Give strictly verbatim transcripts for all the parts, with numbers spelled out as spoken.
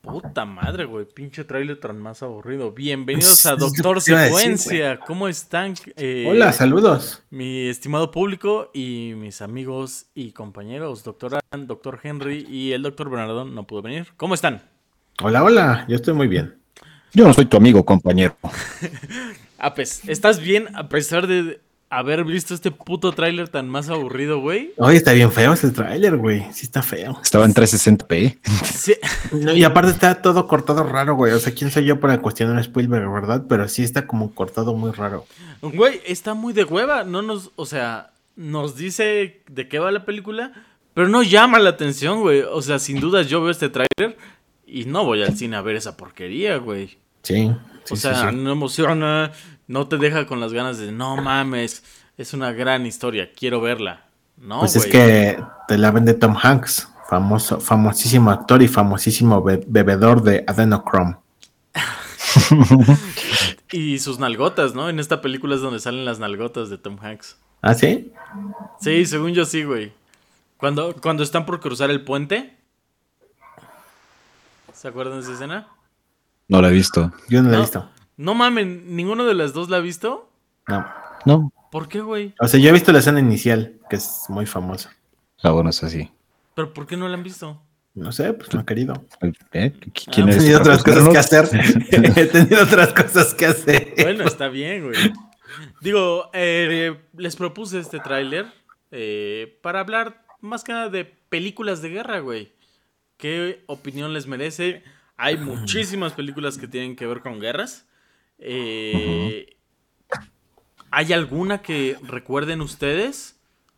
Puta madre, güey. Pinche trailer tan más aburrido. Bienvenidos a Doctor Secuencia. Decir, ¿Cómo están? Eh, Hola, saludos. Mi estimado público y mis amigos y compañeros, doctor Alan, doctor Henry y el doctor Bernardo no pudo venir. ¿Cómo están? Hola, hola. Yo estoy muy bien. Yo no soy tu amigo, compañero. Ah, pues, ¿estás bien a pesar de haber visto este puto tráiler tan más aburrido, güey? Oye, está bien feo ese tráiler, güey. Sí está feo. Estaba en trescientos sesenta p. Sí. No, y aparte está todo cortado raro, güey. O sea, quién soy yo para cuestionar a Spielberg, ¿verdad? Pero sí está como cortado muy raro. Güey, está muy de hueva. No nos, o sea, nos dice de qué va la película, pero no llama la atención, güey. O sea, sin dudas yo veo este tráiler y no voy al cine a ver esa porquería, güey. Sí, O sí, sea, sí, sí. no emociona, no te deja con las ganas de, no mames, es una gran historia, quiero verla. No, Pues güey. es que te la vende Tom Hanks, famoso, famosísimo actor y famosísimo be- bebedor de adrenochrome. Y sus nalgotas, ¿no? En esta película es donde salen las nalgotas de Tom Hanks. ¿Ah, sí? Sí, según yo sí, güey. Cuando, cuando están por cruzar el puente. ¿Se acuerdan de esa escena? No la he visto. Yo no la he No. visto. No mamen, ¿ninguno de las dos la ha visto? No. No. ¿Por qué, güey? O sea, yo he visto la escena inicial, que es muy famosa. Ah, bueno, es así. ¿Pero por qué no la han visto? No sé, pues no he querido. ¿Eh? ¿Quién Ah, He eres? tenido para otras cosas que hacer. juzgarnos? He tenido otras cosas que hacer. Bueno, está bien, güey. Digo, eh, les propuse este tráiler eh, para hablar más que nada de películas de guerra, güey. ¿Qué opinión les merece? Hay muchísimas películas que tienen que ver con guerras. Eh, ¿Hay alguna que recuerden ustedes?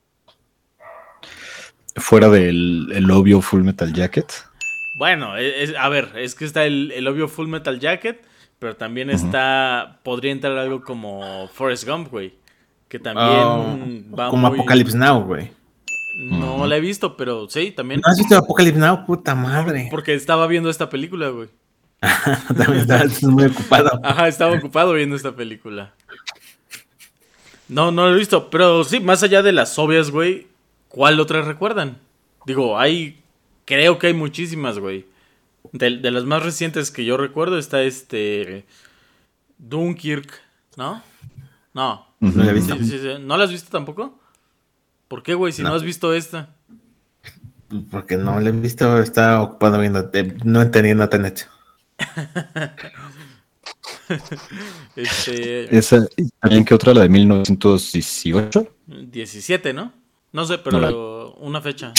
Fuera del el obvio Full Metal Jacket. Bueno, es, a ver, es que está el, el obvio Full Metal Jacket, pero también está, uh-huh. podría entrar algo como Forrest Gump, güey, que también oh, va como muy... Apocalypse Now, güey. No uh-huh. la he visto, pero sí, también. ¿No has visto Apocalypse Now? Puta madre. Porque estaba viendo esta película, güey. También estás muy ocupado. Ajá, estaba ocupado viendo esta película. No, no lo he visto, pero sí, más allá de las obvias, güey, ¿cuál otra recuerdan? Digo, hay, creo que hay muchísimas, güey. De, de las más recientes que yo recuerdo está este Dunkirk, ¿no? No. No la he visto. Sí, sí, sí. ¿No la has visto tampoco? ¿Por qué, güey? Si no. no has visto esta. Porque no la he visto, está ocupado viendo, no entendiendo Tenet. este... Esa, ¿también qué otra? La de mil novecientos dieciocho. diecisiete, ¿no? No sé, pero no la... una fecha.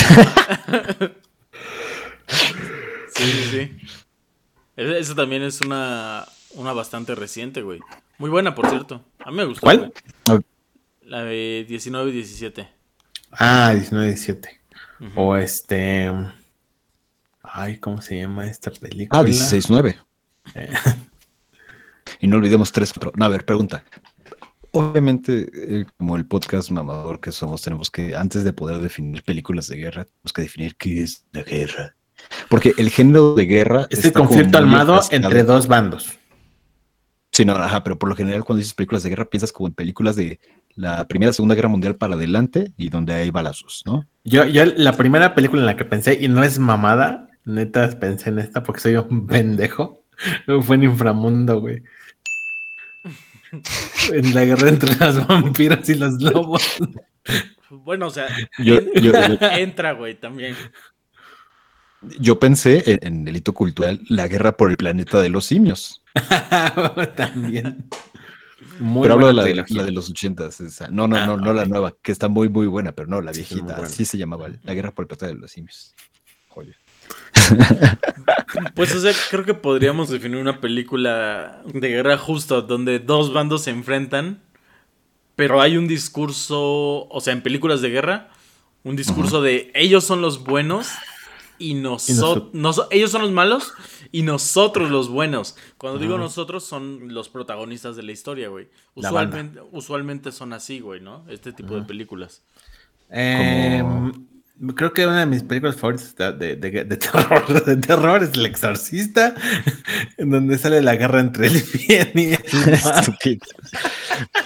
Sí, sí, sí. Esa también es una, una bastante reciente, güey. Muy buena, por cierto. A mí me gustó. ¿Cuál? Güey. La de diecinueve y diecisiete. Ah, diecinueve y diecisiete. Uh-huh. O este... Ay, ¿cómo se llama esta película? Ah, dieciséis nueve. Eh. Y no olvidemos tres... No, a ver, pregunta. Obviamente, eh, como el podcast mamador que somos, tenemos que, antes de poder definir películas de guerra, tenemos que definir qué es la guerra. Porque el género de guerra... Es el conflicto armado enfrascado entre dos bandos. Sí, no, ajá, pero por lo general cuando dices películas de guerra piensas como en películas de la Primera Segunda Guerra Mundial para adelante y donde hay balazos, ¿no? Yo, yo la primera película en la que pensé, y no es mamada, neta pensé en esta porque soy un pendejo, fue en Inframundo, güey. En la guerra entre los vampiros y los lobos. Bueno, o sea, yo, yo, yo, entra, güey, también. Yo pensé en, en el hito cultural, la guerra por el planeta de los simios. También. Muy pero hablo de la, de la de los ochentas. Esa. No, no, ah, no, no okay. La nueva, que está muy, muy buena, pero no, la viejita. Sí, así se llamaba, la guerra por el planeta de los simios. Joder. Pues, o sea, creo que podríamos definir una película de guerra justo, donde dos bandos se enfrentan, pero hay un discurso, o sea, en películas de guerra, un discurso uh-huh. de ellos son los buenos y nosotros, noso- ellos son los malos y nosotros los buenos. Cuando uh-huh. digo nosotros, son los protagonistas de la historia, güey. Usualmente, usualmente son así, güey, ¿no? Este tipo uh-huh. de películas. Eh, Como... Creo que una de mis películas favoritas de, de, de, de, terror, de terror es El Exorcista, en donde sale la guerra entre el bien y el mal.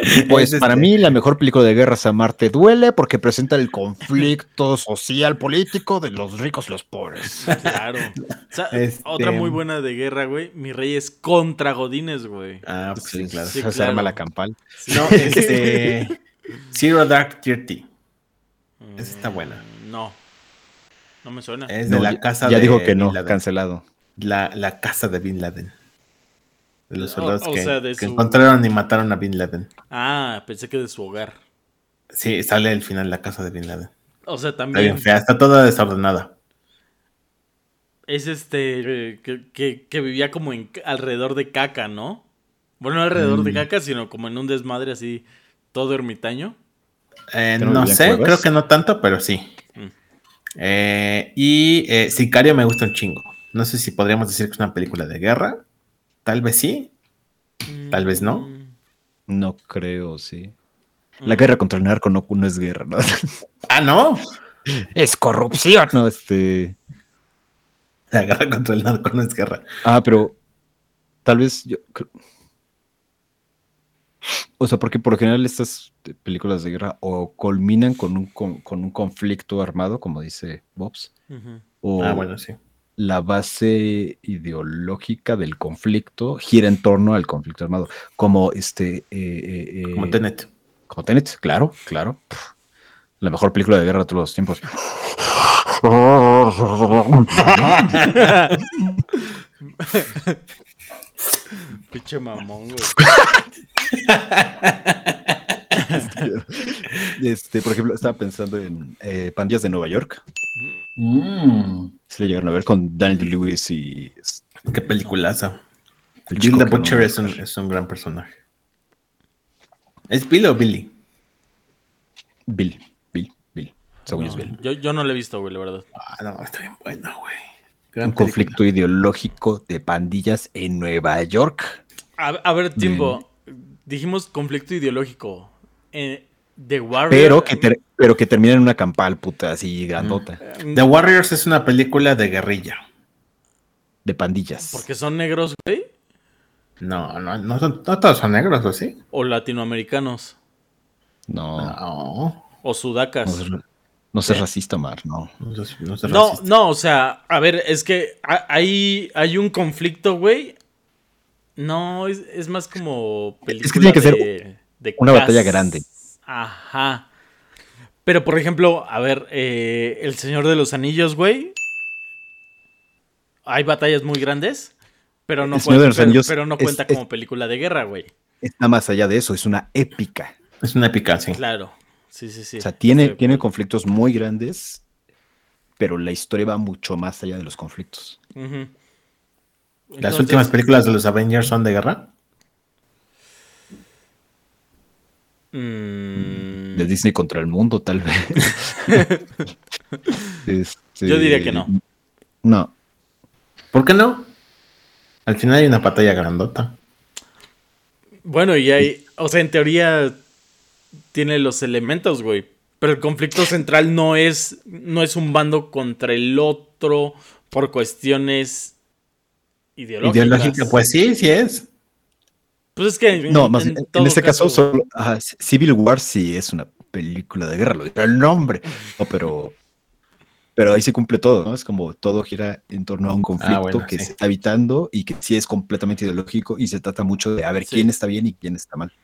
Pues Es para este- mí la mejor película de guerra es Amar te duele porque presenta el conflicto social político de los ricos y los pobres. Claro. O sea, Este- otra muy buena de guerra, güey. Mi rey es contra Godines, güey. Ah, pues sí, claro. Sí, Se claro. arma la campal. Sí. No, este. Zero Dark Thirty. Esa está buena. Mm, No. No me suena. Es de No, la ya- casa ya de dijo que no, Bin Laden. cancelado. La, la casa de Bin Laden. De los O- soldados o que, sea, de que su- encontraron y mataron a Bin Laden. Ah, pensé que de su hogar. Sí, sale al final la casa de Bin Laden. O sea, Está bien también fea, está toda desordenada. es este eh, que, que- que vivía como en alrededor de caca, ¿no? Bueno, no alrededor de Mm. caca, sino como en un desmadre así, todo ermitaño. Eh, ¿Que no no vivía en sé, cuevas? creo que no tanto, pero sí. Mm. Eh, y eh, Sicario me gusta un chingo. No sé si podríamos decir que es una película de guerra. Tal vez sí. Tal vez no. Mm, No creo, sí. mm. La guerra contra el narco no, no es guerra, ¿no? Ah, no. Es corrupción. No, este. La guerra contra el narco no es guerra. Ah, pero tal vez yo. cre- O sea, porque por lo general estas películas de guerra o culminan con un, con, con un conflicto armado, como dice Bobs, Ujú. o Ah, bueno, sí. la base ideológica del conflicto gira en torno al conflicto armado, como este... eh, eh, eh, Como Tenet. como Tenet, claro, claro. Pff, la mejor película de guerra de todos los tiempos. Pinche mamón, güey. Este, por ejemplo, estaba pensando en eh, Pandillas de Nueva York. Mm, Se le llegaron a ver con Daniel Lewis y qué peliculaza. el Bill chico the que no Butcher me es un, acuerdo. es un gran personaje. ¿Es Bill o Billy? Bill, Bill, Bill. Según yo es No, Bill. yo, yo no lo he visto, güey, la verdad. Ah, no, está bien buena, güey. Gran Un conflicto ideológico de pandillas en Nueva York. A, a ver, tiempo. Dijimos conflicto ideológico. Eh, The Warrior. Pero que, ter- pero que termina en una campal, puta, así grandota. Mm, The Warriors es una película de guerrilla. De pandillas. Porque son negros, güey. No, no, no, son- no todos son negros, ¿o sí? O latinoamericanos. No, No, O no sudacas. seas, no seas racista, Mar, no. no, no, no es No, racista. no, o sea, a ver, es que ha- hay, hay un conflicto, güey. No, es, es más como película tiene que ser de, de una cas- batalla grande. Ajá. Pero, por ejemplo, a ver, eh, El Señor de los Anillos, güey. Hay batallas muy grandes, pero no, El Señor de cuenta, los pero, Anillos pero no es- cuenta es- como película de guerra, güey. Está más allá de eso, es una épica. Es una épica, sí. Claro. Sí, sí, sí. O sea, tiene, Estoy de tiene acuerdo. conflictos muy grandes, pero la historia va mucho más allá de los conflictos. Ujú. ¿Las Entonces, últimas películas de los Avengers son de guerra? mm, De Disney contra el mundo, tal vez. Este, Yo diría que no. No. ¿Por qué no? Al final hay una batalla grandota. Bueno, y hay, o sea, en teoría tiene los elementos, güey. Pero el conflicto central no es, no es un bando contra el otro por cuestiones ideológicas. Ideológica, pues sí, sí es. Pues es que en, No, más en bien, en todo este caso, solo, ajá, Civil War sí es una película de guerra, lo dice el nombre. No, pero, pero ahí se cumple todo, ¿no? Es como todo gira en torno a un conflicto bueno, que sí. se está evitando y que sí es completamente ideológico y se trata mucho de a ver Sí. quién está bien y quién está mal.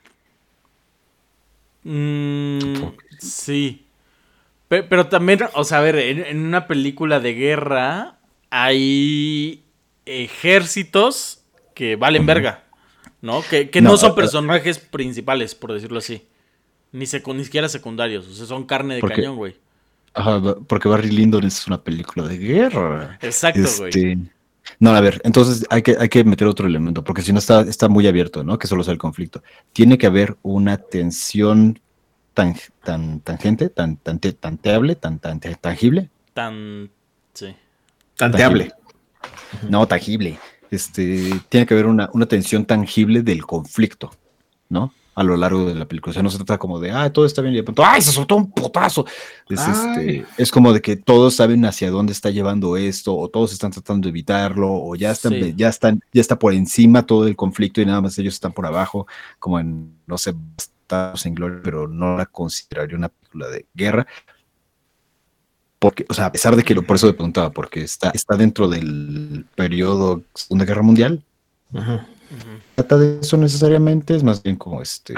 Mm, sí. Pe- Pero, también, o sea, a ver, en, en una película de guerra hay ejércitos que valen verga, ¿no? Que, que no, No, son eh, personajes principales, por decirlo así. Ni, secu- ni siquiera secundarios, o sea, son carne de Porque- cañón, güey. Ajá, ba- porque Barry Lyndon es una película de guerra. Exacto, güey. Este, no, a ver, entonces hay que, hay que meter otro elemento, porque si no está, está muy abierto, ¿no? Que solo sea el conflicto. Tiene que haber una tensión tan, tan tangente, tan, tan te- tanteable, tan, tan te- tangible. Tan... Sí. Tanteable. No, tangible. Este, tiene que haber una, una tensión tangible del conflicto, ¿no? A lo largo de la película. O sea, no se trata como de, ah, todo está bien y de pronto, ¡ay, se soltó un putazo! Es, Ay. este, es como de que todos saben hacia dónde está llevando esto, o todos están tratando de evitarlo, o ya están, Sí. ya están, ya está por encima todo el conflicto y nada más ellos están por abajo, como en, no sé, Bastardos sin Gloria, pero no la consideraría una película de guerra. Porque, o sea, a pesar de que lo, por eso me preguntaba, porque está, está dentro del periodo Segunda Guerra Mundial. Uh-huh. Ujú. Trata de eso necesariamente, es más bien como este.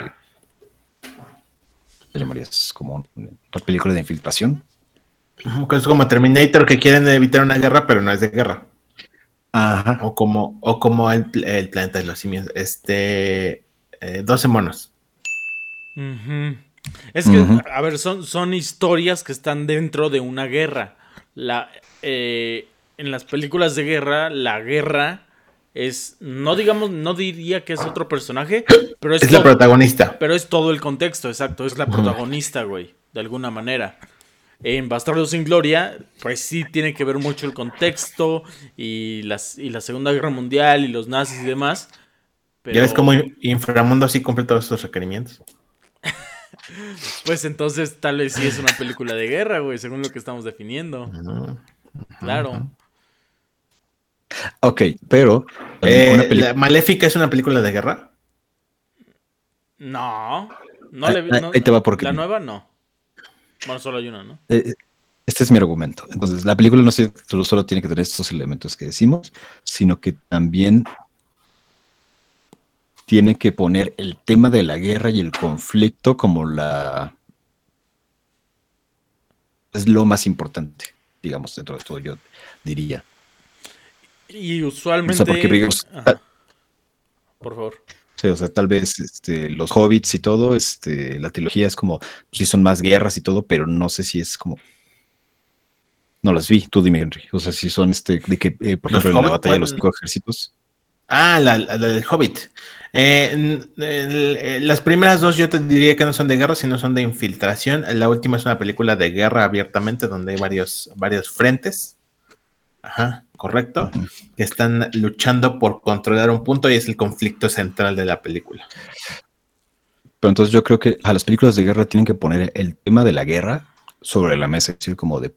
¿Qué llamarías? Como una película de infiltración. Uh-huh. Es como Terminator, que quieren evitar una guerra, pero no es de guerra. Ajá. O como, o como el, el planeta de los simios. Este. Eh, doce monos. Ujú. Es que, Ujú. a ver, son, son historias que están dentro de una guerra. La, eh, en las películas de guerra, la guerra es, no digamos, no diría que es otro personaje, pero es, Es la todo, protagonista. pero es todo el contexto, exacto, es la Ujú. protagonista, güey, de alguna manera. En Bastardos sin Gloria, pues sí tiene que ver mucho el contexto y, las, y la Segunda Guerra Mundial y los nazis y demás. Pero, Ya ves cómo Inframundo sí cumple todos esos requerimientos. pues entonces tal vez sí es una película de guerra, güey, según lo que estamos definiendo. Uh-huh. Claro. Ok, pero Eh, una película. ¿La Maléfica es una película de guerra? No. No Ahí- le vi- ahí- no- ahí te va porque- La nueva no. Bueno, solo hay una, ¿no? Eh, Este es mi argumento. Entonces, la película no se- solo, solo tiene que tener estos elementos que decimos, sino que también tiene que poner el tema de la guerra y el conflicto como la... es lo más importante, digamos, dentro de todo, yo diría. Y O usualmente. sea, porque, digamos, Ajá. Por favor. sí, o sea, tal vez este, los hobbits y todo, este, la trilogía es como, sí son más guerras y todo, pero no sé si es como... No las vi, tú dime, Henry. O sea, si son, este, de que, eh, por ¿Los ejemplo, en la Hobbit? batalla de los ¿Cuál? cinco ejércitos. Ah, la, la- la del Hobbit. Eh, n- el- eh, las primeras dos yo te diría que no son de guerra, sino son de infiltración. La última es una película de guerra abiertamente, donde hay varios, varios frentes. Ajá, correcto. Ujú. Que están luchando por controlar un punto y es el conflicto central de la película. Pero entonces yo creo que a las películas de guerra tienen que poner el tema de la guerra sobre la mesa, es decir, como de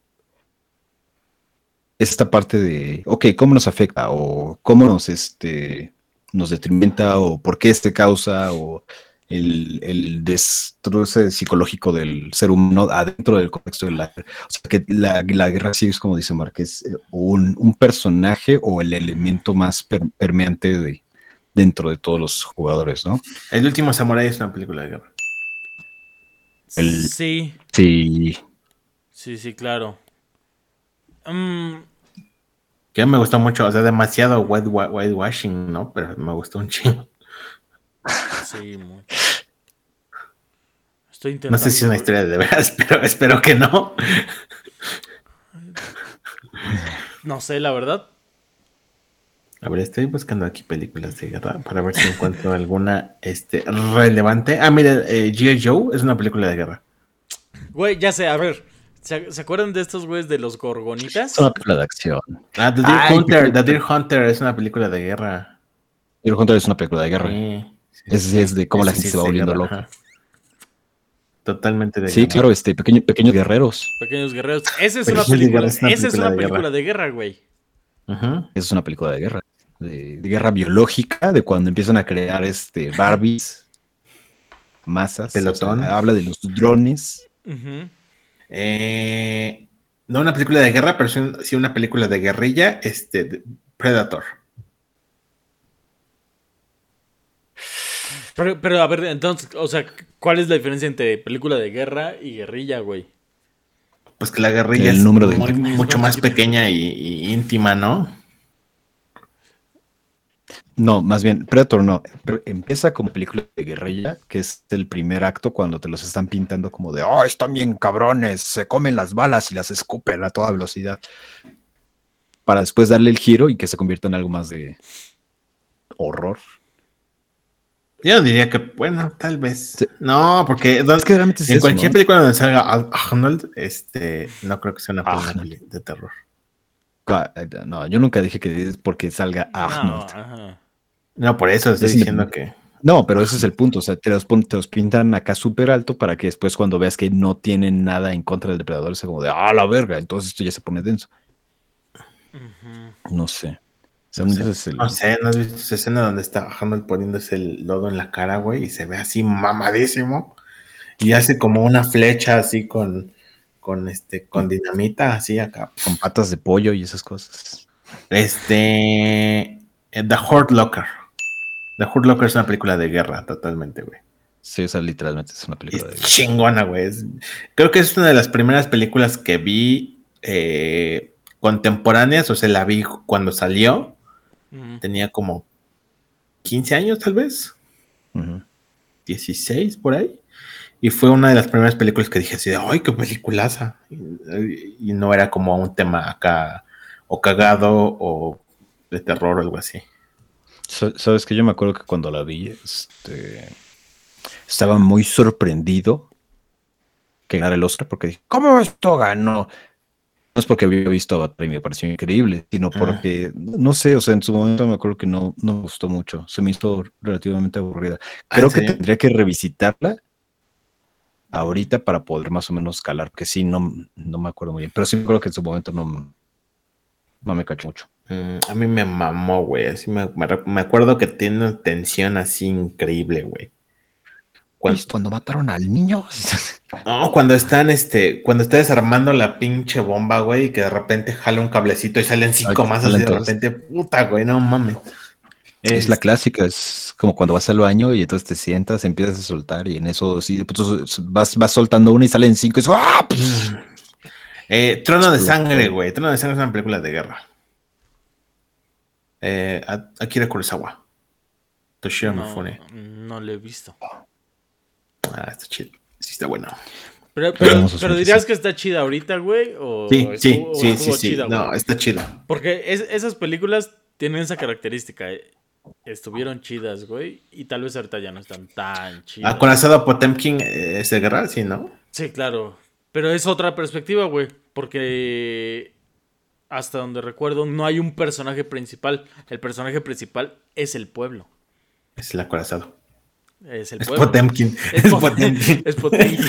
esta parte de, ok, ¿cómo nos afecta? O cómo nos, este, nos detrimenta, o por qué este causa, o el, el destroce psicológico del ser humano adentro del contexto de la guerra. O sea, que la, la guerra sí es, como dice Márquez, un, un personaje o el elemento más per, permeante de, dentro de todos los jugadores, ¿no? El último Samurai es una película de guerra. El- Sí. Sí. Sí, sí, claro. Mm, Que me gustó mucho, o sea, demasiado white, white, whitewashing, ¿no? Pero me gustó un chingo. sí, mucho. Estoy No intentando. sé si es una historia de veras, pero espero que no. No sé, la verdad. A ver, estoy buscando aquí películas de guerra para ver si encuentro alguna este, relevante. Ah, mira, eh, G I. Joe es una película de guerra. Güey, ya sé, a ver. ¿Se, ¿se acuerdan de estos güeyes de los gorgonitas? Es una película de acción. Ah, The Deer Ay, Hunter, qué- The Deer Hunter es una película de guerra. Hero Hunter es una película de guerra. Sí, sí, Ese sí. es de cómo la Ese gente sí se va es de volviendo guerra, loca. ajá. Totalmente de Sí, guerra. claro, este, pequeño, pequeños guerreros. Pequeños guerreros. Esa es Pequeños una película. guerreros, es una Esa es película una de guerra. película de guerra, güey. Ujú. Esa es una película de guerra. De, de guerra biológica, de cuando empiezan a crear este Barbies, masas. Pelotón. O sea, habla de los drones. Ujú. Eh, no una película de guerra, pero sí, sí una película de guerrilla, este, de- Predator. Pero, pero, a ver, entonces, o sea, ¿cuál es la diferencia entre película de guerra y guerrilla, güey? Pues que la guerrilla El es número de- muy- mucho más pequeña y, y íntima, ¿no? No, más bien, Predator no. Pero empieza como película de guerrilla, que es el primer acto cuando te los están pintando como de, oh, están bien cabrones, se comen las balas y las escupen a toda velocidad. Para después darle el giro y que se convierta en algo más de horror. Yo diría que, bueno, tal vez. Sí. No, porque Es que realmente es en eso, cualquier ¿no? película donde salga Ar- Arnold, este, no creo que sea una Arnold. película de terror. Ah, No, yo nunca dije que es porque salga No, Arnold. ajá. No, por eso estoy Es diciendo independiente. que. No, pero ese es el punto. O sea, te los, pon- te los pintan acá súper alto para que después, cuando veas que no tienen nada en contra del depredador, sea como de, ah, la verga. Entonces esto ya se pone denso. Ujú. No sé. Según yo, es el- No sé, ¿no has visto esa escena donde está bajando y poniéndose el lodo en la cara, güey? Y se ve así mamadísimo. Y hace como una flecha así con, con este, con dinamita, así acá. con patas de pollo y esas cosas. Este. eh, The Hurt Locker. The Hurt Locker es una película de guerra, totalmente, güey. Sí, esa literalmente es una película Es de... chingona, güey. Es- creo que es una de las primeras películas que vi eh, contemporáneas, o sea, la vi cuando salió. Ujú. Tenía como quince años, tal vez. Ujú. dieciséis por ahí. Y fue una de las primeras películas que dije así de, ¡ay, qué peliculaza! Y, y no era como un tema acá o cagado o de terror o algo así. Sa- Sabes que yo me acuerdo que cuando la vi, este, estaba muy sorprendido que ganara el Oscar porque dije, ¿cómo esto ganó? No es porque había visto Avatar y me pareció increíble, sino porque, no sé, o sea, en su momento me acuerdo que no, no me gustó mucho, se me hizo relativamente aburrida. Ah, Creo ¿en que serio? tendría que revisitarla ahorita para poder más o menos calar, porque sí, no, no me acuerdo muy bien, pero sí me acuerdo que en su momento no, no me cachó mucho. Mm, a mí me mamó, güey. Así me, me re- me acuerdo que tiene una tensión así increíble, güey. Cuando, ¿Viste cuando mataron al niño? no, cuando están, este, cuando está desarmando la pinche bomba, güey, y que de repente jala un cablecito y salen cinco Ay, más así salen de todos. repente, puta, güey, no mames. Es la Es- clásica, es como cuando vas al baño y entonces te sientas, empiezas a soltar y en eso sí, pues, vas, vas soltando una y salen cinco y eso, ¡ah! Pff, eh, Trono de explota Sangre, todo. güey. Trono de Sangre es una película de guerra. Eh, A- Akira Kurosawa. Toshiro No, Mifune. no lo he visto. Ah, está chido. Sí, está bueno. Pero, Pero pero, vamos a pero hacer dirías eso. que está chida ahorita, güey, o Sí, sí, estuvo, o sí, sí, estuvo sí. chida, güey. No, está chido. Porque es- esas películas tienen esa característica. eh, Estuvieron chidas, güey, y tal vez ahorita ya no están tan chidas. Acorazado Potemkin eh, es de guerra, sí, ¿no? Sí, claro. Pero es otra perspectiva, güey. Porque hasta donde recuerdo, no hay un personaje principal. El personaje principal es el pueblo. Es el acorazado. Es el Es pueblo. Potemkin. Es, Es Pot- Potemkin. es Potemkin.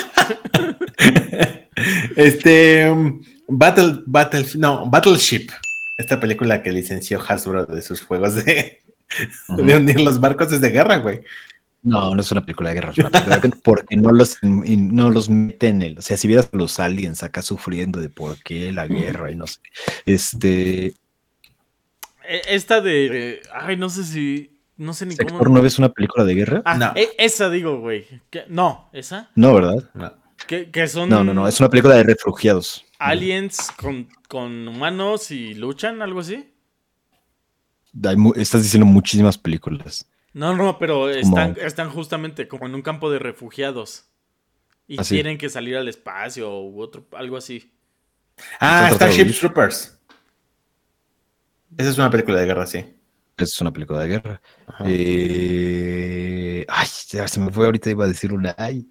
Este. um, Battle, Battle, no, Battleship. Esta película que licenció Hasbro de sus juegos de, Ujú. de hundir los barcos es de guerra, güey. No, no es una película de guerra, es una película de guerra porque no los, y no los meten en el, o sea, si vieras a los aliens acá sufriendo de por qué la guerra y no sé, este, E- Esta de. Ay, no sé si. No sé ni ¿Sector cómo. nueve es una película de guerra? Ah, No. e- esa digo, güey. Que- No, esa. No, ¿verdad? No. Que, que son No, no, no, es una película de refugiados. aliens con, con humanos y luchan, algo así. Hay mu- estás diciendo muchísimas películas. No, no, pero Como- están, están justamente como en un campo de refugiados. Y Ah, sí. tienen que salir al espacio u otro, algo así. Ah, Están tratando de Starship huir. Troopers. Esa es una película de guerra, sí. Esa es una película de guerra. Ajá. Eh, Ay, ya se me fue ahorita, iba a decir una. Ay.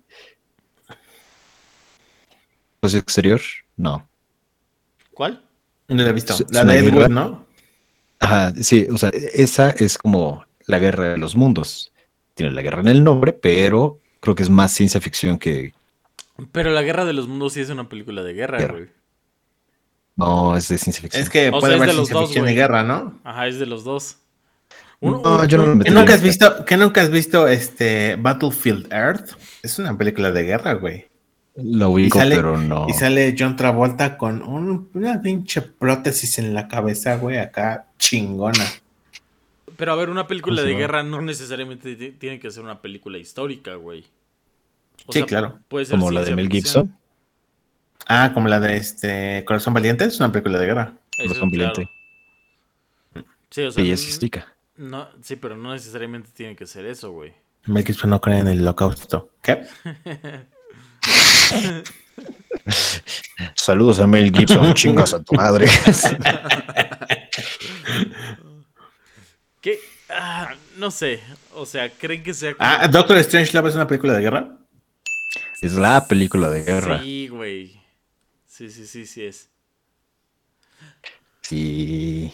¿Socio exterior? No. ¿Cuál? No la he visto. Es- es La una de Ed guerra. Wood, ¿no? Ajá, sí, o sea, esa es como la guerra de los mundos. Tiene la guerra en el nombre, pero creo que es más ciencia ficción que. Pero La Guerra de los Mundos sí es una película de guerra, Guerra. güey. No, es de ciencia ficción. Es que O puede sea, es haber de los ciencia dos, ficción y güey. guerra, ¿no? Ajá, es de los dos. Uno- No, un- yo no lo un- metí. ¿Que nunca has visto, que nunca has visto este Battlefield Earth? Es una película de guerra, güey. Lo Y ubico, sale, pero no. y sale John Travolta con un- una pinche prótesis en la cabeza, güey, acá chingona. Pero a ver, una película ¿Cómo se de llama? guerra no necesariamente ti- tiene que ser una película histórica, güey. O Sí, claro. Puede ser Como la de ciencia Mel ficción. Gibson. Ah, como la de este Corazón Valiente, es una película de guerra. Eso, Corazón claro. Valiente. Sí, o sea, Bellística. no, sí, pero no necesariamente tiene que ser eso, güey. Mel Gibson no cree en el holocausto. ¿Qué? Saludos a Mel Gibson, chingas a tu madre. ¿Qué? Ah, no sé. O sea, ¿creen que sea como- Ah, Doctor Strangelove es una película de guerra. Es la película de guerra. Sí, güey. Sí, sí, sí, sí es. Sí.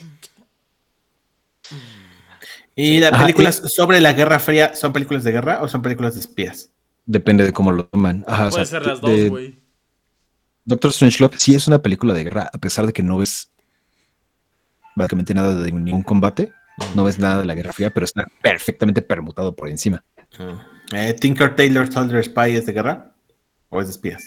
¿Y las Ajá, películas sobre la Guerra Fría son películas de guerra o son películas de espías? Depende de cómo lo toman. Ajá, o Puede sea, ser las de- dos, de- güey. Doctor Strangelove sí es una película de guerra, a pesar de que no es básicamente nada de ningún combate, no ves nada de la Guerra Fría, pero está perfectamente permutado por encima. Mm. Eh, Tinker Tailor Soldier Spy es de guerra o es de espías.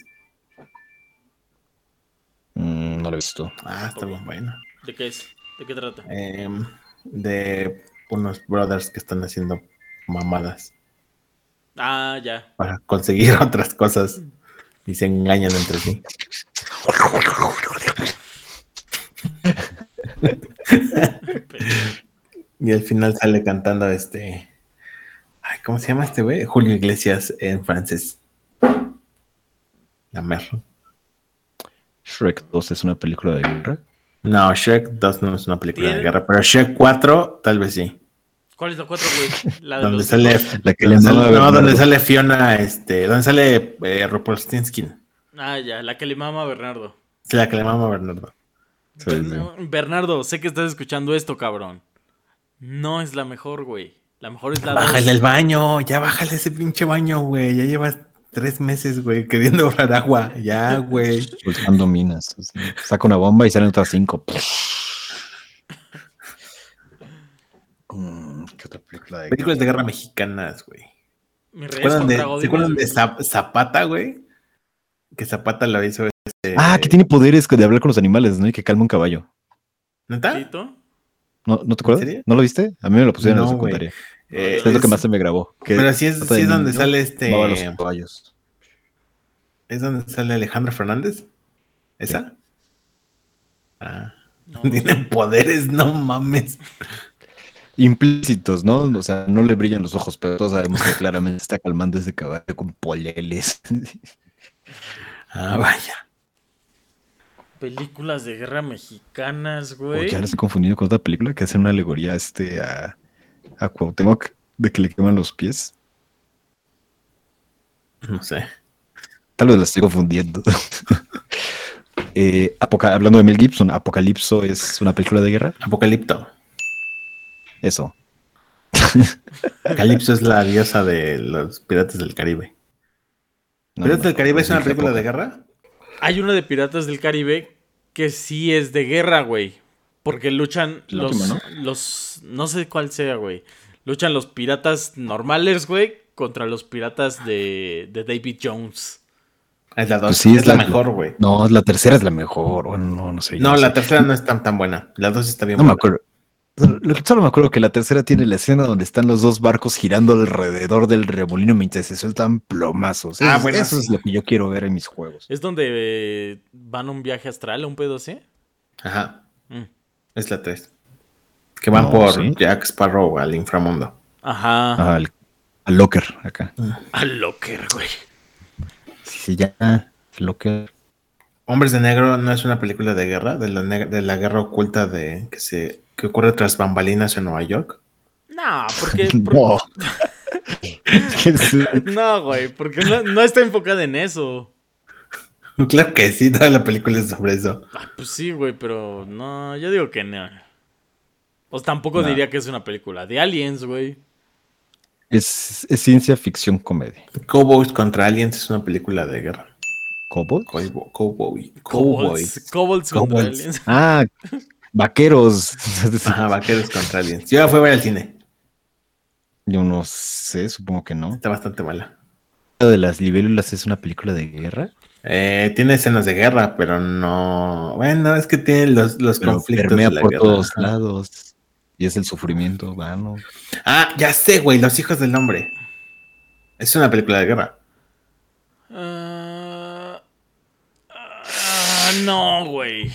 Mm, no lo he visto. Ah, está bien bueno. ¿De qué es? ¿De qué trata? Eh, de unos brothers que están haciendo mamadas Ah, ya. para conseguir otras cosas y se engañan entre sí. Y al final sale cantando este. Ay, ¿cómo se llama este güey? Julio Iglesias en francés. La mer. Shrek dos es una película de guerra. No, Shrek dos no es una película ¿Tiene? de guerra, pero Shrek cuatro tal vez sí. ¿Cuál es la cuatro, güey? La de Donde los sale, dibujos. La que donde le sale- mama a no, Bernardo. donde sale Fiona, este, donde sale eh, Rumpelstiltskin. Ah, ya, la que le mama a Bernardo. Es la que le mama a Bernardo. Sí, Berna- Bernardo, sé que estás escuchando esto, cabrón. No es la mejor, güey. La mejor es la Bájale dos. el baño, ya bájale ese pinche baño, güey. Ya llevas tres meses, güey, queriendo ahorrar agua. Ya, güey. Soltando minas. Así. Saca una bomba y salen otras cinco. Mm, ¿Qué otra película de Películas de guerra mexicanas, güey. Mis ¿Se reyes acuerdan de, contra ¿se Godines, acuerdan de güey. Zap- Zapata, güey? Que Zapata lo hizo. Este... Ah, que tiene poderes de hablar con los animales, ¿no? Y que calma un caballo. ¿Neta? ¿Chito? ¿No, ¿no te ¿En acuerdas? serio? ¿No lo viste? A mí me lo pusieron en la No, güey. secundaria. Eh, No, Es lo que es- más se me grabó. Que Pero sí es, trata sí de es donde niño, sale este. amaba a los caballos. ¿Es donde sale Alejandro Fernández? ¿Esa? Ah. No, no sé. Tienen poderes, no mames. Implícitos, ¿no? O sea, no le brillan los ojos, pero todos sabemos que claramente está calmando ese caballo con poleles. Ah, vaya. Películas de guerra mexicanas, O güey. ya lo estoy confundiendo con otra película que hace una alegoría este, a, a Cuauhtémoc de que le queman los pies. No sé. Tal vez la estoy confundiendo. eh, Apoca- hablando de Mel Gibson, Apocalipso es una película de guerra. Apocalipto. Eso. Calipso es la diosa de los Piratas del Caribe. No, ¿Piratas no, del Caribe es sí, una dije película Apoca. de guerra? Hay una de Piratas del Caribe que sí es de guerra, güey. Porque luchan La los, última, los... No sé cuál sea, güey. Luchan los piratas normales, güey, contra los piratas de, de David Jones. Es la dos. Pues sí, es, es la, la- mejor, güey. No, la tercera es la mejor. Bueno, no, no sé. yo No, no la sé. tercera no es tan, tan buena. La dos está bien No me buena. acuerdo. Solo solo me acuerdo que la tercera tiene la escena donde están los dos barcos girando alrededor del remolino mientras se sueltan plomazos. Ah, Eso, bueno, eso sí. es lo que yo quiero ver en mis juegos. ¿Es donde eh, van a un viaje astral, un pedo así? Ajá. Mm. Es la tres. Que van No, por ¿sí? Jack Sparrow al inframundo. Ajá. Ajá, al, al Locker acá. Al Locker, güey. Sí, ya. Locker. Hombres de Negro no es una película de guerra, de la, ne- de la guerra oculta de que se que ocurre tras bambalinas en Nueva York. No, porque... por- No. No, güey, porque no, no está enfocada en eso. Claro que sí, toda la película es sobre eso. Ah, pues sí, güey, pero no, yo digo que no. O tampoco No. diría que es una película de aliens, güey. es, es ciencia ficción comedia. Cowboys contra Aliens es una película de guerra. ¿Cowboy? Cowboy. Cowboy. Kobolds, Cowboys. Kobolds contra Kobolds. aliens. Ah, vaqueros. Ajá, vaqueros contra Aliens. Yo ya fui a ver al cine. Yo no sé, supongo que no. Está bastante mala. ¿La de las libélulas es una película de guerra? Eh, tiene escenas de guerra, pero no. Bueno, es que tiene los, los Pero conflictos permea de la por guerra. todos Ajá. lados. Y es el sufrimiento vano. Ah, ya sé, güey, Los Hijos del Hombre. Es una película de guerra. Ah, ah, no, güey.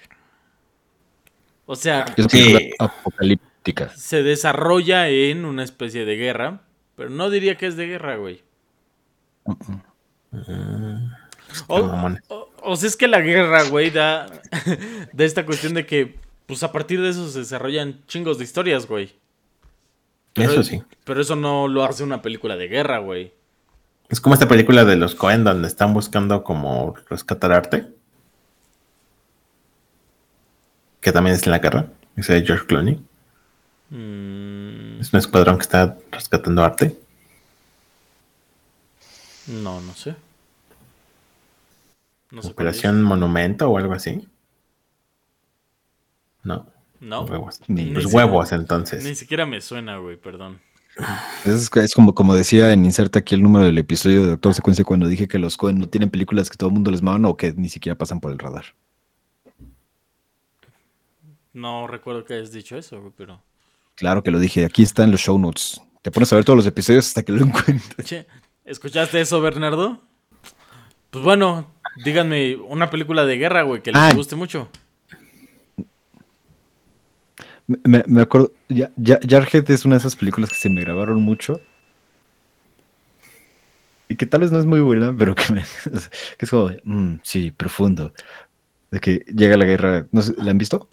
O sea, Es una Sí. película apocalíptica. se desarrolla en una especie de guerra, pero no diría que es de guerra, güey. O, mamón. o- o sea, es que la guerra, güey, da, da esta cuestión de que, pues a partir de eso se desarrollan chingos de historias, güey. Pero- Eso sí. Pero eso no lo hace una película de guerra, güey. Es como esta película de los Coen donde están buscando como rescatar arte. Que también es en la guerra. Ese de George Clooney. Mm, Es un escuadrón que está rescatando arte. no, no sé. No sé cuál es. Operación Monumento o algo así. No. No. Huevos. Ni- Pues Ni huevos, siquiera- entonces. Ni siquiera me suena, güey, perdón. Es, es como, como decía en Inserta aquí el número del episodio de Doctor Secuencia cuando dije que los Coen no tienen películas que todo el mundo les maman o que ni siquiera pasan por el radar. No recuerdo que hayas dicho eso, güey, pero... Claro que lo dije, aquí están los show notes. Te pones a ver todos los episodios hasta que lo encuentres. Che, ¿escuchaste eso, Bernardo? Pues bueno, díganme una película de guerra, güey, que les Ah. guste mucho. Me, me- me acuerdo, ya, ya, Jarhead es una de esas películas que se me grabaron mucho. Y que tal vez no es muy buena, pero que, me, que es como, de, mm, sí, profundo. De que llega la guerra. No sé, ¿la han visto?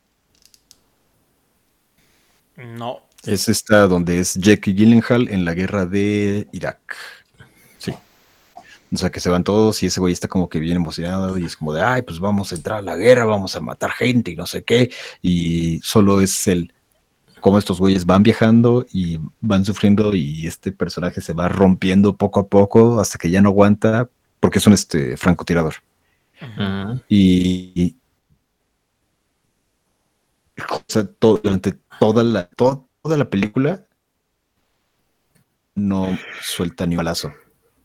No. Es esta donde es Jake Gyllenhaal en la guerra de Irak. Sí. O sea, que se van todos y ese güey está como que bien emocionado y es como de, ay, pues vamos a entrar a la guerra, vamos a matar gente y no sé qué. Y solo es el, cómo estos güeyes van viajando y van sufriendo y este personaje se va rompiendo poco a poco hasta que ya no aguanta porque es un este, francotirador. Ujú. Y, y- o sea, todo- durante toda la, to- toda la película no suelta ni un balazo.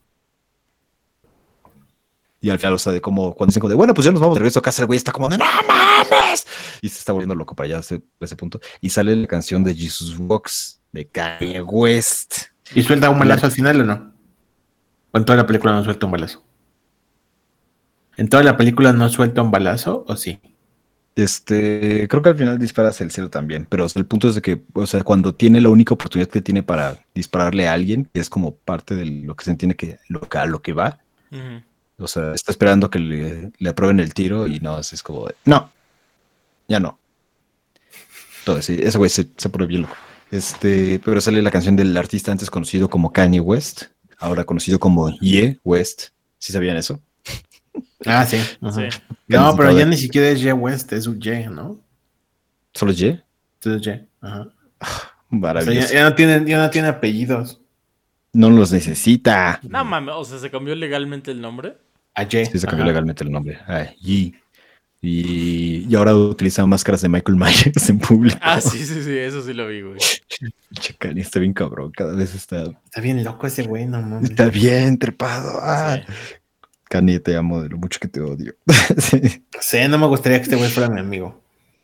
Y al final, o sea, de como cuando dicen como de, bueno, pues ya nos vamos de regreso a casa, el güey está como de, ¡no mames! Y se está volviendo loco para allá a ese, a ese punto. Y sale la canción de Jesus Walks de Kanye West. ¿Y suelta un balazo al final o no? ¿O en toda la película no suelta un balazo? ¿En toda la película no suelta un balazo o sí? Este, creo que al final dispara hacia el cielo también, pero o sea, el punto es de que, o sea, cuando tiene la única oportunidad que tiene para dispararle a alguien, que es como parte de lo que se entiende que lo, que- a lo que va, Ujú. o sea, está esperando que le, le aprueben el tiro y no, es como de, no, ya no. Entonces, sí, ese güey se, se pone bien loco. Este, pero sale la canción del artista antes conocido como Kanye West, ahora conocido como Ye West. ¿Sí sabían eso? Ah, sí. Ujú. Sí. No, pero ya de- ni siquiera es Ye West, es un Ye, ¿no? ¿Solo es Ye? Entonces Ye. Ajá. O sea, Maravilloso. ya, ya no tiene, ya no tiene apellidos. No los necesita. No mames, o sea, ¿se cambió legalmente el nombre? A Ye. Sí, se cambió Ajá. legalmente el nombre. Ah, Ye. Y, y ahora utiliza máscaras de Michael Myers en público. Ah, sí, sí, sí, eso sí lo vi, güey. Che, Kanye está bien cabrón. Cada vez está, Está bien loco ese güey, no mames. está bien trepado. Ah. Sí. Kanye, te amo de lo mucho que te odio. Sí. Sí, no me gustaría que este güey fuera mi amigo.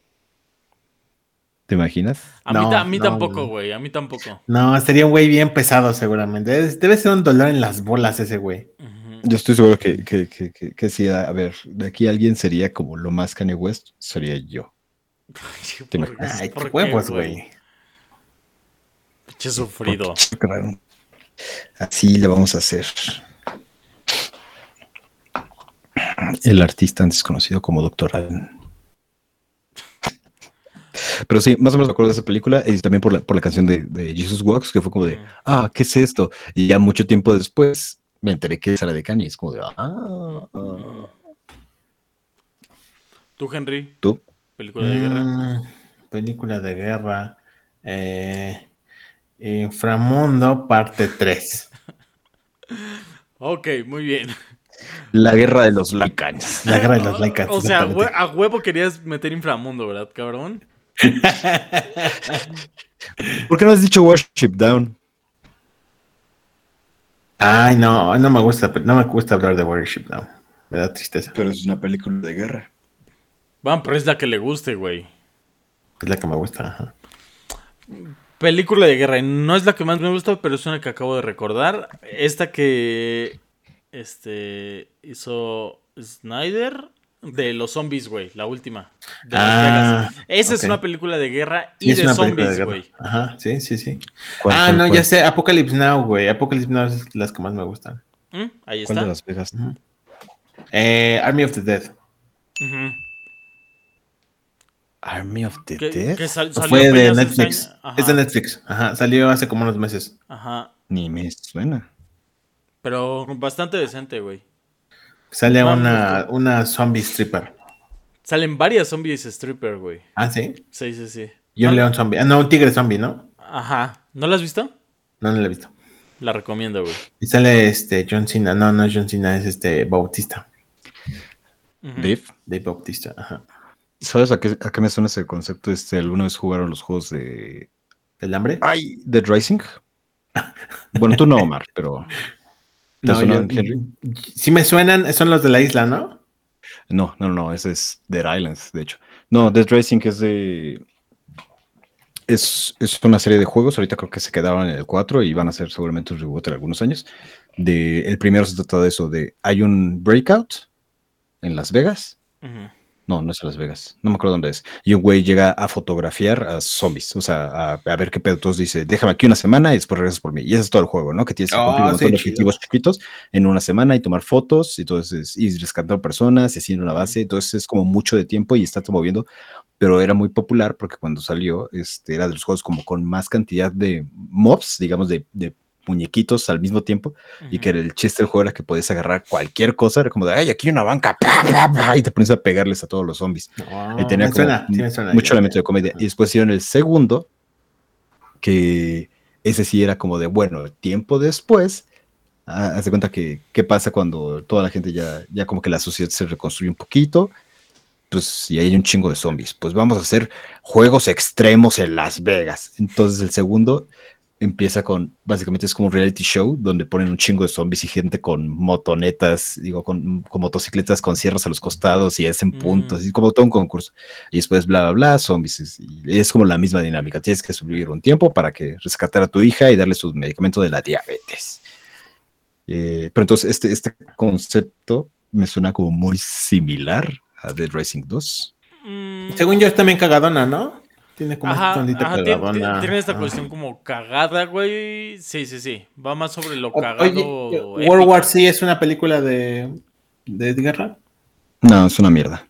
¿Te imaginas? A mí, No, ta- a mí no, tampoco, no. güey, a mí tampoco. No, sería un güey bien pesado seguramente. Debe, debe ser un dolor en las bolas ese güey. Ujú. Yo estoy seguro que, que, que, que, que sí, a ver, de aquí alguien sería como lo más Kanye West, sería yo. ¿Te ¿Por- imaginas? Ay, por qué qué, huevos, güey. Pinche sufrido. Porque, así le vamos a hacer. El artista antes conocido como Doctor Allen. Pero sí, más o menos me acuerdo de esa película y también por la, por la canción de, de Jesus Walks, que fue como de, ah, ¿qué es esto? Y ya mucho tiempo después me enteré que esa era de Kanye. Es como de, ah, ah. ¿Tú, Henry? ¿Tú? ¿Película de guerra? Mm, película de guerra. Eh, Inframundo, parte tres. Ok, muy bien. La guerra de los Lycans. La guerra de los Lycans. O sea, exactamente. hue- a huevo querías meter inframundo, ¿verdad, cabrón? ¿Por qué no has dicho Worship Down? Ay, no, no me gusta, no me gusta hablar de Warship Now. Me da tristeza. Pero es una película de guerra. Bueno, pero es la que le guste, güey. Es la que me gusta. Ajá. Película de guerra. y No es la que más me gusta, pero es una que acabo de recordar. Esta que este hizo Snyder de los zombies, güey. La última. De Las Ah, Vegas. Esa es ok. una película de guerra y Sí, es de una película zombies, de güey. guerra. Ajá, sí, sí, sí. ¿Cuál, Ah, cuál, no, cuál? ya sé. Apocalypse Now, güey. Apocalypse Now es las que más me gustan. ¿Mm? Ahí ¿Cuál está. de Las Vegas? Ujú. Eh, Army of the Dead. Ujú. Army of the Que, Dead. que sal- salió Fue de apenas este Netflix. año. Ajá. Es de Netflix. Ajá, salió hace como unos meses. Ajá. Ni me suena. Pero bastante decente, güey. Sale No, me una, gustó. una zombie stripper. Salen varias zombies stripper, güey. Ah, sí. Sí, sí, sí. Y un ¿No? león zombie. Ah, no, un tigre zombie, ¿no? Ajá. ¿No la has visto? No, no lo he visto. La recomiendo, güey. Y sale este John Cena. No, no es John Cena, es este Bautista. Ujú. Dave. Dave Bautista. Ajá. ¿Sabes a qué, a qué me suena ese concepto? Este, ¿alguna vez jugaron los juegos de... ¿El hambre? Ay, Dead Rising? Bueno, tú no, Omar, pero... ¿Te No, yo, suenan, Henry? sí me suenan, son los de la isla, ¿no? No, no, no, ese es Dead Islands, de hecho. No, Dead Rising es de... Es, es una serie de juegos, ahorita creo que se quedaban en el cuatro y van a hacer seguramente un reboot en algunos años. De, el primero se trata de eso, de hay un breakout en Las Vegas. Ujú. No, no es en Las Vegas, no me acuerdo dónde es. Y un güey llega a fotografiar a zombies, o sea, a, a ver qué pedo. Entonces dice, déjame aquí una semana y después regresas por mí. Y ese es todo el juego, ¿no? Que tienes que Oh, cumplir un montón sí, de chido. objetivos chiquitos en una semana y tomar fotos, y entonces, y rescatar personas y así en una base. Entonces es como mucho de tiempo y está moviendo, pero era muy popular porque cuando salió, este, era de los juegos como con más cantidad de mobs, digamos, de, de muñequitos al mismo tiempo, y que Ujú. el chiste del juego era que podías agarrar cualquier cosa, era como de, ay, aquí hay una banca, pa, pa, pa, y te pones a pegarles a todos los zombies. Oh, Y tenía me como suena, sí me suena. mucho ya, elemento ya. de comedia. Y después hicieron el segundo, que ese sí era como de, bueno, tiempo después, ah, haz de cuenta que qué pasa cuando toda la gente ya, ya como que la sociedad se reconstruye un poquito, pues y hay un chingo de zombies, pues vamos a hacer juegos extremos en Las Vegas. Entonces el segundo empieza con, básicamente es como un reality show donde ponen un chingo de zombies y gente con motonetas, digo, con, con motocicletas con sierras a los costados y hacen puntos, Mm. y como todo un concurso. Y después bla, bla, bla, zombies. Y es como la misma dinámica. Tienes que sobrevivir un tiempo para que rescatar a tu hija y darle su medicamento de la diabetes. Eh, pero entonces este, este concepto me suena como muy similar a Dead Rising dos. Mm. Según yo, es también cagadona, ¿no? Tiene como esta Ajá, ondita ajá, tiene, cagadona. tiene esta Ah. cuestión como cagada, güey. Sí, sí, sí. Va más sobre lo O- Oye, cagado World épico. War Z es una película de, de guerra. No, es una mierda.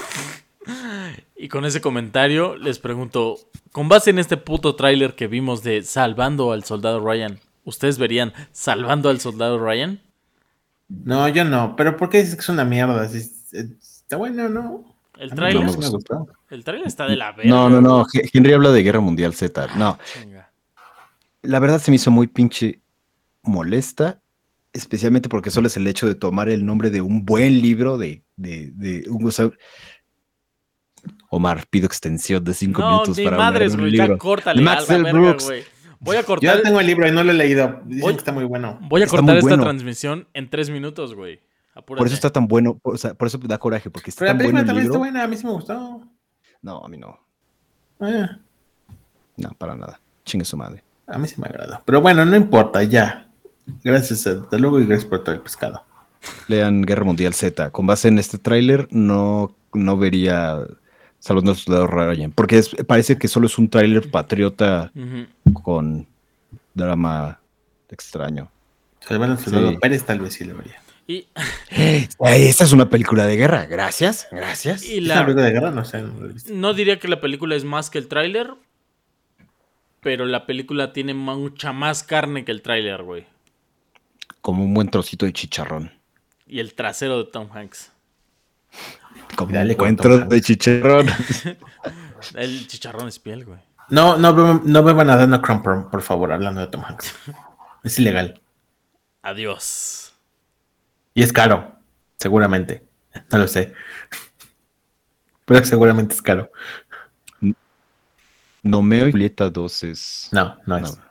Y con ese comentario les pregunto, con base en este puto tráiler que vimos de Salvando al Soldado Ryan, ¿ustedes verían Salvando al Soldado Ryan? No, yo no. Pero ¿por qué dices que es una mierda? Si- Está bueno, ¿no? ¿El A mí tráiler? sí me gustó. El tráiler está de la verga. No, no, no. güey. Henry habla de Guerra Mundial Z. No, Chinga. la verdad se me hizo muy pinche molesta, especialmente porque solo es el hecho de tomar el nombre de un buen libro de, de, de un, o sea, Omar, pido extensión de cinco No, minutos ni para hablar madres, de un güey, ya libro. córtale De a Max la L. verga, Brooks. güey. Voy a Yo cortar, ya tengo el libro y no lo he leído. Dicen Voy- que está muy bueno. voy a Está cortar muy esta bueno. transmisión en tres minutos, güey. Apúrate. Por eso está tan bueno, o sea, por eso da coraje, porque está Pero la tan película bueno el también libro. está buena. A mí sí me gustó. No, a mí no. Ah, No, para nada. Chingue su madre. a mí sí me agradó. Pero bueno, no importa, ya. Gracias, hasta luego y gracias por todo el pescado. Lean Guerra Mundial Z. Con base en este tráiler, no, no vería Salvando al Soldado Ryan, porque es- parece que solo es un tráiler patriota Ujú. con drama extraño. Salvando al Soldado Sí. Pérez tal vez sí lo vería. Y, Esta es una película de guerra. Gracias, gracias. y ¿Es una la, película de guerra? No sé, no lo he visto. no diría que la película es más que el tráiler, pero la película tiene mucha más carne que el tráiler, güey. Como un buen trocito de chicharrón. Y el trasero de Tom Hanks. Como Dale un con buen Tom trozo Hanks. de chicharrón. El chicharrón es piel, güey. No, no, beban- no beban a Dana Crumper, por favor, hablando de Tom Hanks. Es ilegal. Adiós. Y es caro, seguramente. No lo sé. Pero seguramente es caro. Nomeo y Julieta dos es... No, no es. No.